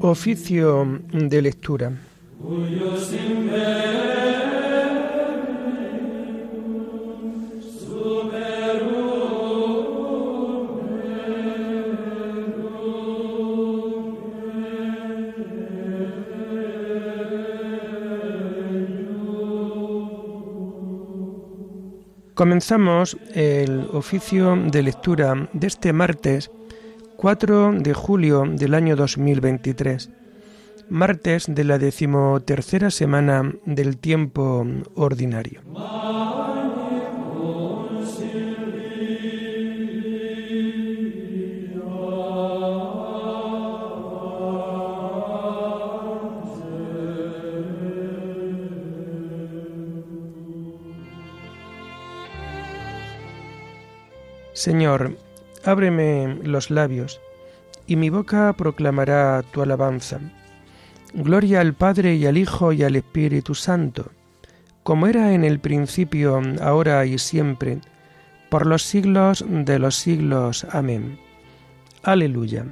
Oficio de lectura. Comenzamos el oficio de lectura de este martes 4 de julio del año 2023, martes de la 13ª semana del tiempo ordinario. Señor, ábreme los labios, y mi boca proclamará tu alabanza. Gloria al Padre y al Hijo y al Espíritu Santo, como era en el principio, ahora y siempre, por los siglos de los siglos. Amén. Aleluya.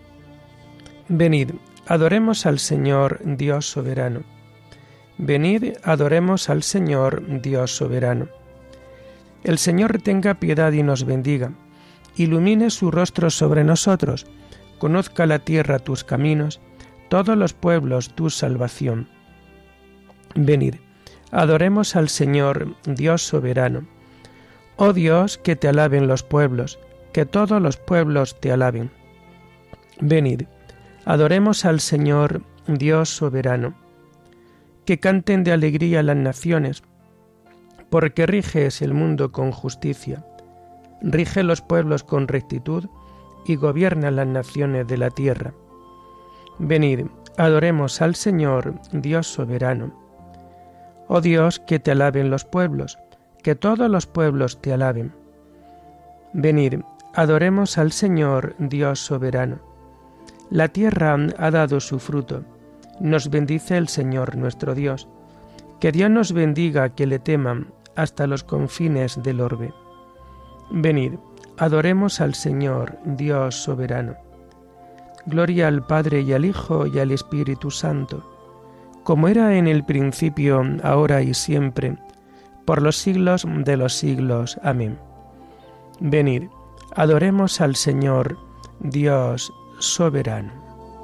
Venid, adoremos al Señor Dios soberano. Venid, adoremos al Señor Dios soberano. El Señor tenga piedad y nos bendiga, ilumine su rostro sobre nosotros, conozca la tierra tus caminos, todos los pueblos tu salvación. Venid, adoremos al Señor Dios soberano. Oh Dios, que te alaben los pueblos, que todos los pueblos te alaben. Venid, adoremos al Señor Dios soberano. Que canten de alegría las naciones, porque riges el mundo con justicia, rige los pueblos con rectitud y gobierna las naciones de la tierra. Venid, adoremos al Señor, Dios soberano. Oh Dios, que te alaben los pueblos, que todos los pueblos te alaben. Venid, adoremos al Señor, Dios soberano. La tierra ha dado su fruto, nos bendice el Señor nuestro Dios. Que Dios nos bendiga, que le teman, hasta los confines del orbe. Venid, adoremos al Señor, Dios soberano. Gloria al Padre y al Hijo y al Espíritu Santo, como era en el principio, ahora y siempre, por los siglos de los siglos. Amén. Venid, adoremos al Señor, Dios soberano.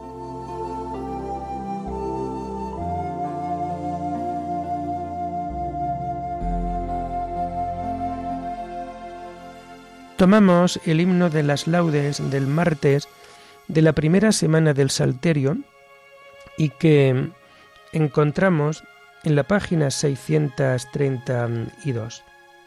Tomamos el himno de las laudes del martes de la primera semana del Salterio y que encontramos en la página 632.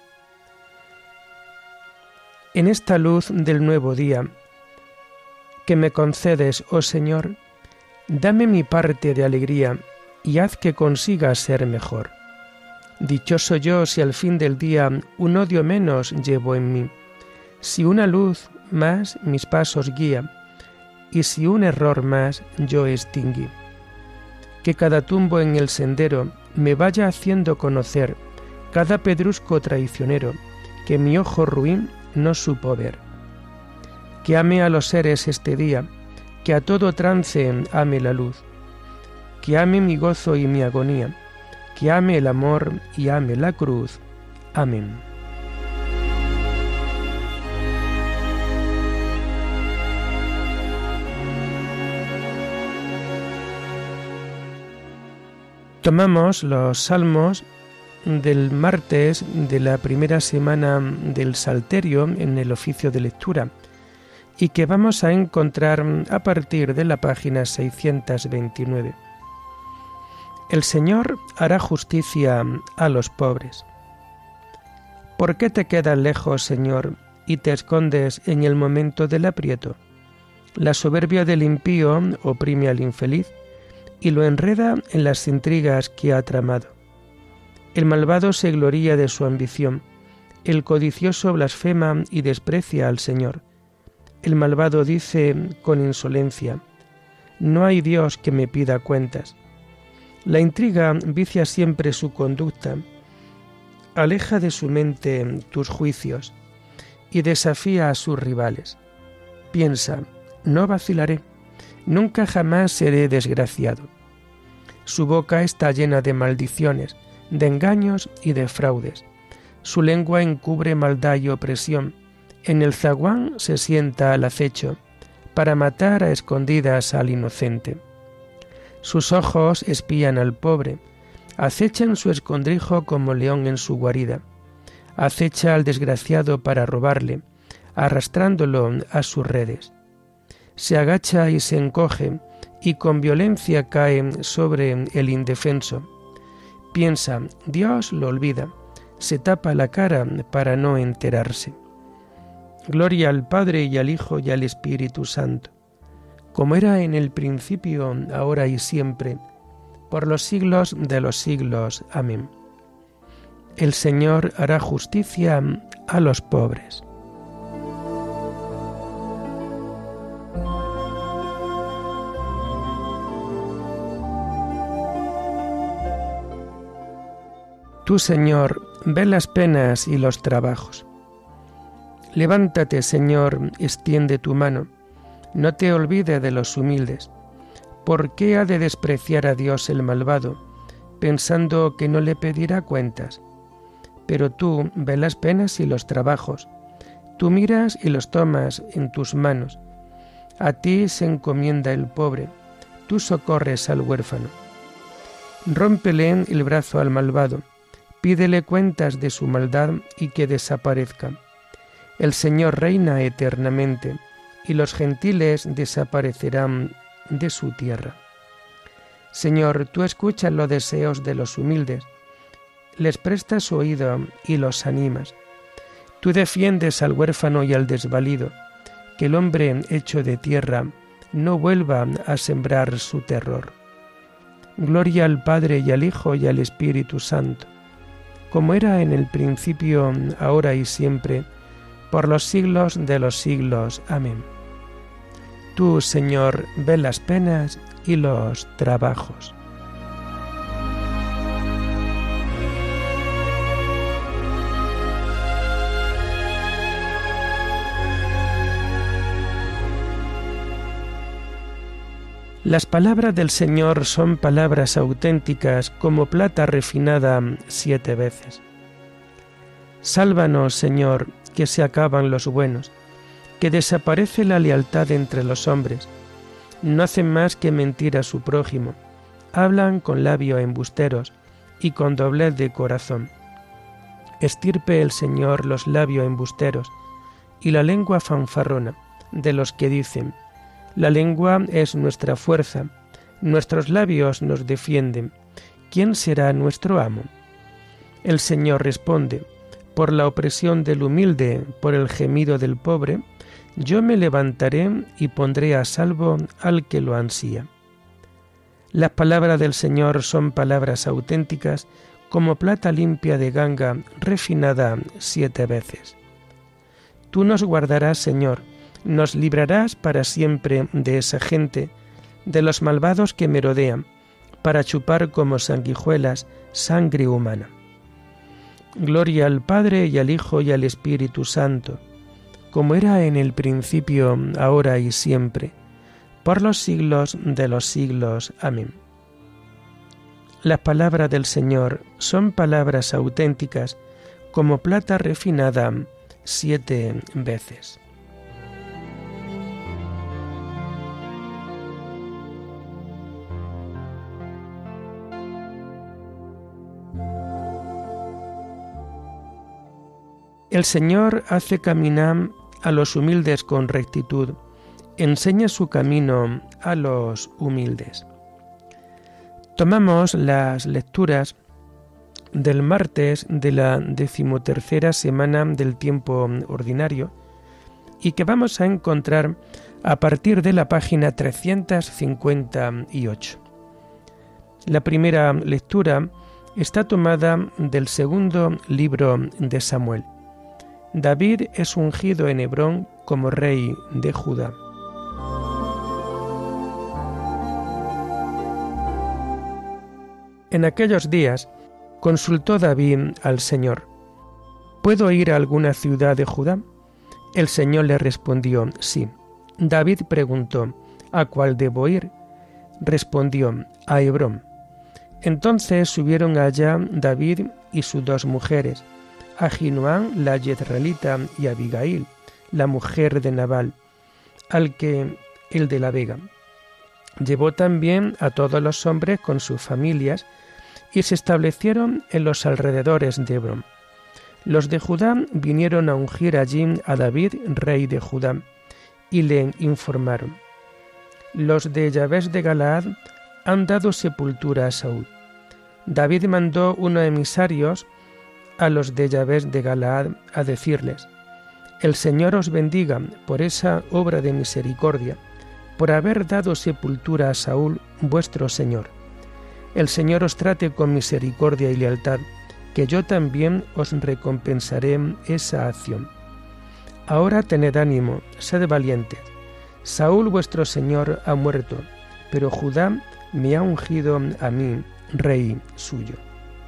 En esta luz del nuevo día que me concedes, oh Señor, dame mi parte de alegría y haz que consiga ser mejor. Dichoso yo si al fin del día un odio menos llevo en mí, si una luz más mis pasos guía, y si un error más yo extinguí. Que cada tumbo en el sendero me vaya haciendo conocer cada pedrusco traicionero que mi ojo ruin no supo ver. Que ame a los seres este día, que a todo trance ame la luz. Que ame mi gozo y mi agonía, que ame el amor y ame la cruz. Amén. Tomamos los salmos del martes de la primera semana del Salterio en el oficio de lectura y que vamos a encontrar a partir de la página 629. El Señor hará justicia a los pobres. ¿Por qué te quedas lejos, Señor, y te escondes en el momento del aprieto? La soberbia del impío oprime al infeliz y lo enreda en las intrigas que ha tramado. El malvado se gloría de su ambición, el codicioso blasfema y desprecia al Señor. El malvado dice con insolencia: no hay Dios que me pida cuentas. La intriga vicia siempre su conducta, aleja de su mente tus juicios y desafía a sus rivales. Piensa: no vacilaré, Nunca jamás seré desgraciado. Su boca está llena de maldiciones, de engaños y de fraudes. Su lengua encubre maldad y opresión. En el zaguán se sienta al acecho, para matar a escondidas al inocente. Sus ojos espían al pobre, acechan su escondrijo como león en su guarida. Acecha al desgraciado para robarle, arrastrándolo a sus redes. Se agacha y se encoge, y con violencia cae sobre el indefenso. Piensa, Dios lo olvida, se tapa la cara para no enterarse. Gloria al Padre y al Hijo y al Espíritu Santo, como era en el principio, ahora y siempre, por los siglos de los siglos. Amén. El Señor hará justicia a los pobres. Tú, Señor, ve las penas y los trabajos. Levántate, Señor, extiende tu mano, no te olvides de los humildes. ¿Por qué ha de despreciar a Dios el malvado, pensando que no le pedirá cuentas? Pero tú ves las penas y los trabajos, tú miras y los tomas en tus manos. A ti se encomienda el pobre, tú socorres al huérfano. Rómpele el brazo al malvado, pídele cuentas de su maldad y que desaparezca. El Señor reina eternamente, y los gentiles desaparecerán de su tierra. Señor, tú escuchas los deseos de los humildes, les prestas oído y los animas. Tú defiendes al huérfano y al desvalido, que el hombre hecho de tierra no vuelva a sembrar su terror. Gloria al Padre y al Hijo y al Espíritu Santo, como era en el principio, ahora y siempre, por los siglos de los siglos. Amén. Tú, Señor, ves las penas y los trabajos. Las palabras del Señor son palabras auténticas como plata refinada 7 veces. Sálvanos, Señor, que se acaban los buenos, que desaparece la lealtad entre los hombres. No hacen más que mentir a su prójimo, hablan con labios embusteros y con doblez de corazón. Estirpe el Señor los labios embusteros y la lengua fanfarrona de los que dicen: la lengua es nuestra fuerza, nuestros labios nos defienden. ¿Quién será nuestro amo? El Señor responde: por la opresión del humilde, por el gemido del pobre, yo me levantaré y pondré a salvo al que lo ansía. Las palabras del Señor son palabras auténticas, como plata limpia de ganga, refinada 7 veces. Tú nos guardarás, Señor, nos librarás para siempre de esa gente, de los malvados que merodean, para chupar como sanguijuelas sangre humana. Gloria al Padre y al Hijo y al Espíritu Santo, como era en el principio, ahora y siempre, por los siglos de los siglos. Amén. Las palabras del Señor son palabras auténticas, como plata refinada 7 veces. El Señor hace caminar a los humildes con rectitud, enseña su camino a los humildes. Tomamos las lecturas del martes de la 13ª semana del tiempo ordinario y que vamos a encontrar a partir de la página 358. La primera lectura está tomada del segundo libro de Samuel. David es ungido en Hebrón como rey de Judá. En aquellos días consultó David al Señor: ¿puedo ir a alguna ciudad de Judá? El Señor le respondió: sí. David preguntó: ¿A cuál debo ir? Respondió: a Hebrón. Entonces subieron allá David y sus 2 mujeres, Ahinoam la Jezreelita y Abigail, la mujer de Nabal, el de la vega. Llevó también a todos los hombres con sus familias y se establecieron en los alrededores de Hebrón. Los de Judá vinieron a ungir allí a David, rey de Judá, y le informaron: los de Yabes de Galaad han dado sepultura a Saúl. David mandó unos emisarios a los de Yabes de Galaad a decirles: el Señor os bendiga por esa obra de misericordia, por haber dado sepultura a Saúl, vuestro Señor. El Señor os trate con misericordia y lealtad, que yo también os recompensaré esa acción. Ahora tened ánimo, sed valientes. Saúl vuestro Señor ha muerto, pero Judá me ha ungido a mí, rey suyo.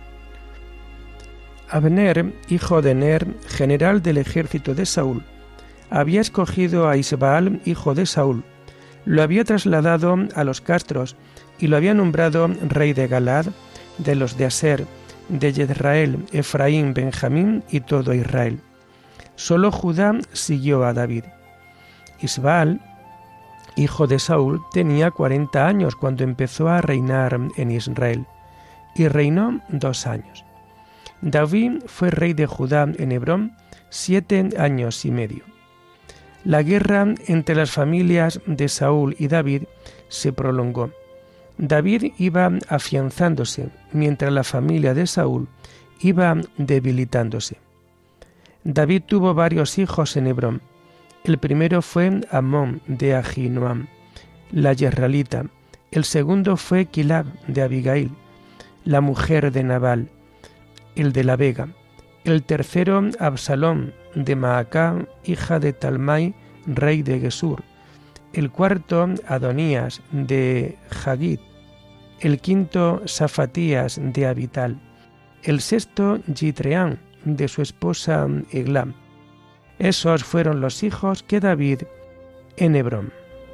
Abner, hijo de Ner, general del ejército de Saúl, había escogido a Isbaal, hijo de Saúl, lo había trasladado a los castros y lo había nombrado rey de Galaad, de los de Aser, de Jezreel, Efraín, Benjamín y todo Israel. Solo Judá siguió a David. Isbaal, hijo de Saúl, tenía 40 años cuando empezó a reinar en Israel, y reinó 2 años. David fue rey de Judá en Hebrón 7 años y medio. La guerra entre las familias de Saúl y David se prolongó. David iba afianzándose, mientras la familia de Saúl iba debilitándose. David tuvo varios hijos en Hebrón. El primero fue Amón de Ahinoam, la Jezreelita. El segundo fue Quilab de Abigail, la mujer de Nabal, el de la vega. El tercero, Absalón de Maacá, hija de Talmai, rey de Gesur. El cuarto, Adonías de Hagit. El quinto, Safatías de Abital. El sexto, Yitreán de su esposa Eglam. Esos fueron los hijos que David en Hebrón.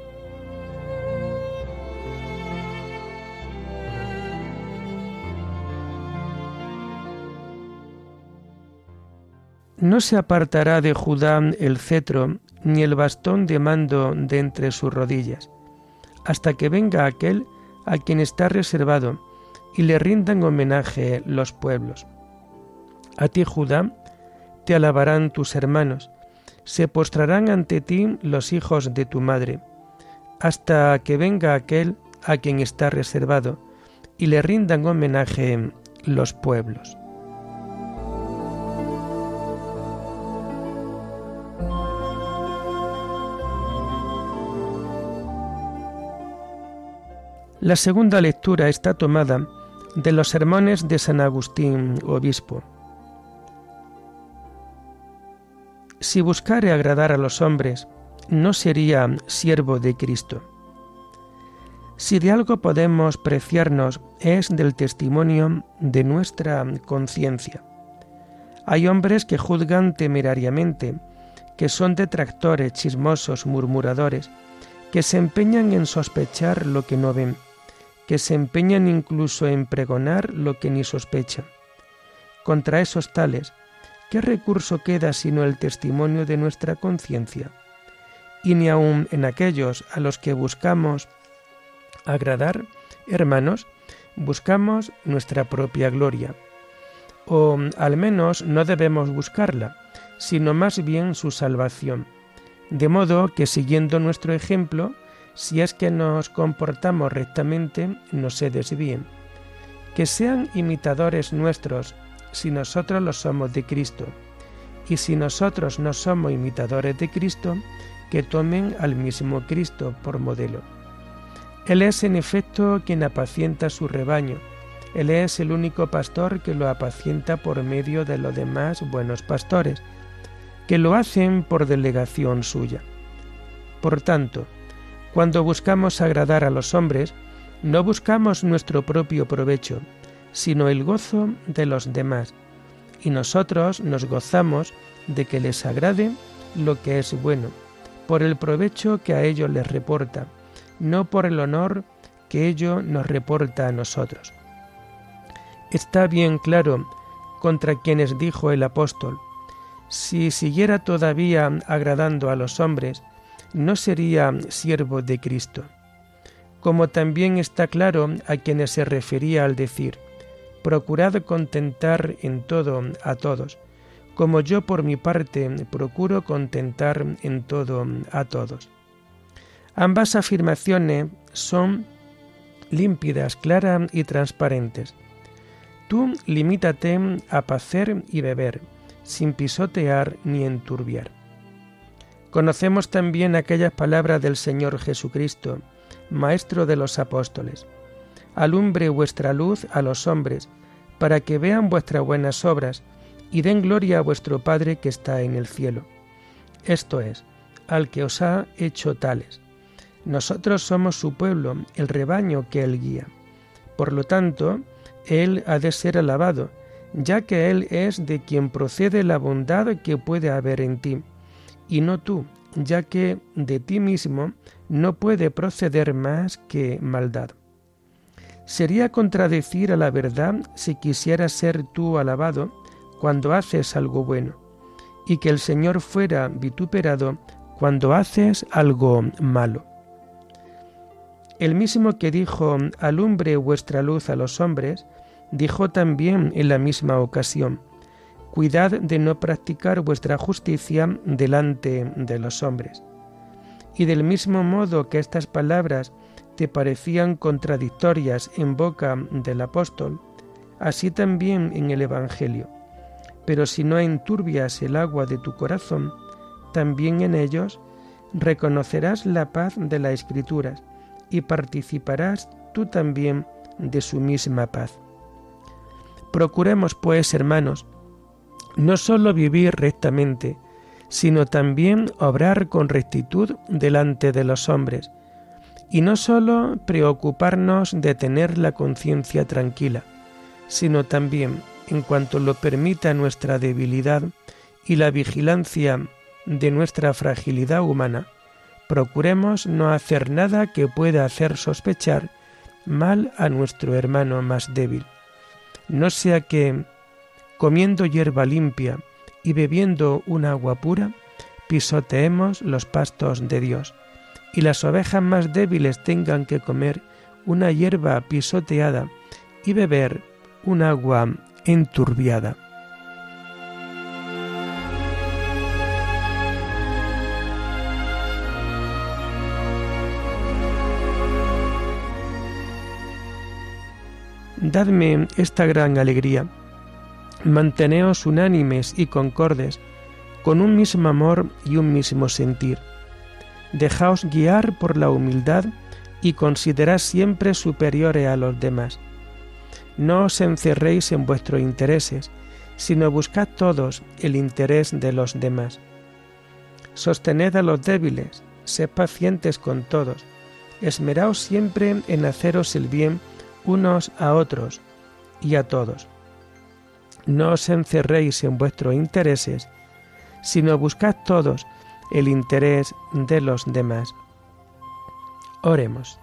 No se apartará de Judá el cetro, ni el bastón de mando de entre sus rodillas, hasta que venga aquel a quien está reservado, y le rindan homenaje los pueblos. A ti, Judá, te alabarán tus hermanos, se postrarán ante ti los hijos de tu madre, hasta que venga aquel a quien está reservado, y le rindan homenaje los pueblos. La segunda lectura está tomada de los sermones de San Agustín, obispo. Si buscare agradar a los hombres, no sería siervo de Cristo. Si de algo podemos preciarnos es del testimonio de nuestra conciencia. Hay hombres que juzgan temerariamente, que son detractores, chismosos, murmuradores, que se empeñan en sospechar lo que no ven, que se empeñan incluso en pregonar lo que ni sospechan. Contra esos tales, ¿qué recurso queda sino el testimonio de nuestra conciencia? Y ni aun en aquellos a los que buscamos agradar, hermanos, buscamos nuestra propia gloria. O al menos no debemos buscarla, sino más bien su salvación. De modo que siguiendo nuestro ejemplo, si es que nos comportamos rectamente, no se desvíen. Que sean imitadores nuestros, si nosotros lo somos de Cristo. Y si nosotros no somos imitadores de Cristo, que tomen al mismo Cristo por modelo. Él es en efecto quien apacienta su rebaño. Él es el único pastor que lo apacienta por medio de los demás buenos pastores, que lo hacen por delegación suya. Por tanto, cuando buscamos agradar a los hombres, no buscamos nuestro propio provecho, sino el gozo de los demás, y nosotros nos gozamos de que les agrade lo que es bueno, por el provecho que a ellos les reporta, no por el honor que ello nos reporta a nosotros. Está bien claro contra quienes dijo el apóstol: si siguiera todavía agradando a los hombres, no sería siervo de Cristo. Como también está claro a quienes se refería al decir: procurad contentar en todo a todos, como yo por mi parte procuro contentar en todo a todos. Ambas afirmaciones son límpidas, claras y transparentes. Tú limítate a pacer y beber, sin pisotear ni enturbiar. Conocemos también aquellas palabras del Señor Jesucristo, Maestro de los apóstoles: alumbre vuestra luz a los hombres, para que vean vuestras buenas obras y den gloria a vuestro Padre que está en el cielo. Esto es, al que os ha hecho tales. Nosotros somos su pueblo, el rebaño que él guía. Por lo tanto, él ha de ser alabado, ya que él es de quien procede la bondad que puede haber en ti, y no tú, ya que de ti mismo no puede proceder más que maldad. Sería contradecir a la verdad si quisieras ser tú alabado cuando haces algo bueno, y que el Señor fuera vituperado cuando haces algo malo. El mismo que dijo: alumbre vuestra luz a los hombres, dijo también en la misma ocasión: cuidad de no practicar vuestra justicia delante de los hombres. Y del mismo modo que estas palabras te parecían contradictorias en boca del apóstol, así también en el Evangelio. Pero si no enturbias el agua de tu corazón, también en ellos reconocerás la paz de las Escrituras y participarás tú también de su misma paz. Procuremos, pues, hermanos, no sólo vivir rectamente, sino también obrar con rectitud delante de los hombres, y no sólo preocuparnos de tener la conciencia tranquila, sino también, en cuanto lo permita nuestra debilidad y la vigilancia de nuestra fragilidad humana, procuremos no hacer nada que pueda hacer sospechar mal a nuestro hermano más débil. No sea que, comiendo hierba limpia y bebiendo un agua pura, pisoteemos los pastos de Dios, y las ovejas más débiles tengan que comer una hierba pisoteada y beber un agua enturbiada. Dadme esta gran alegría. Manteneos unánimes y concordes, con un mismo amor y un mismo sentir. Dejaos guiar por la humildad y considerad siempre superiores a los demás. No os encerréis en vuestros intereses, sino buscad todos el interés de los demás. Sostened a los débiles, sed pacientes con todos, esmeraos siempre en haceros el bien unos a otros y a todos. No os encerréis en vuestros intereses, sino buscad todos el interés de los demás. Oremos.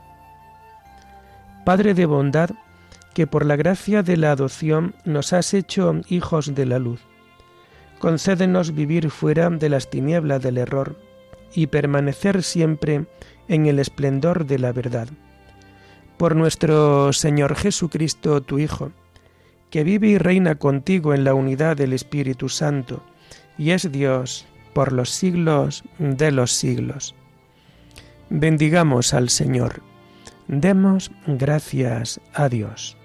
Padre de bondad, que por la gracia de la adopción nos has hecho hijos de la luz, concédenos vivir fuera de las tinieblas del error y permanecer siempre en el esplendor de la verdad. Por nuestro Señor Jesucristo, tu Hijo, que vive y reina contigo en la unidad del Espíritu Santo, y es Dios por los siglos de los siglos. Bendigamos al Señor. Demos gracias a Dios.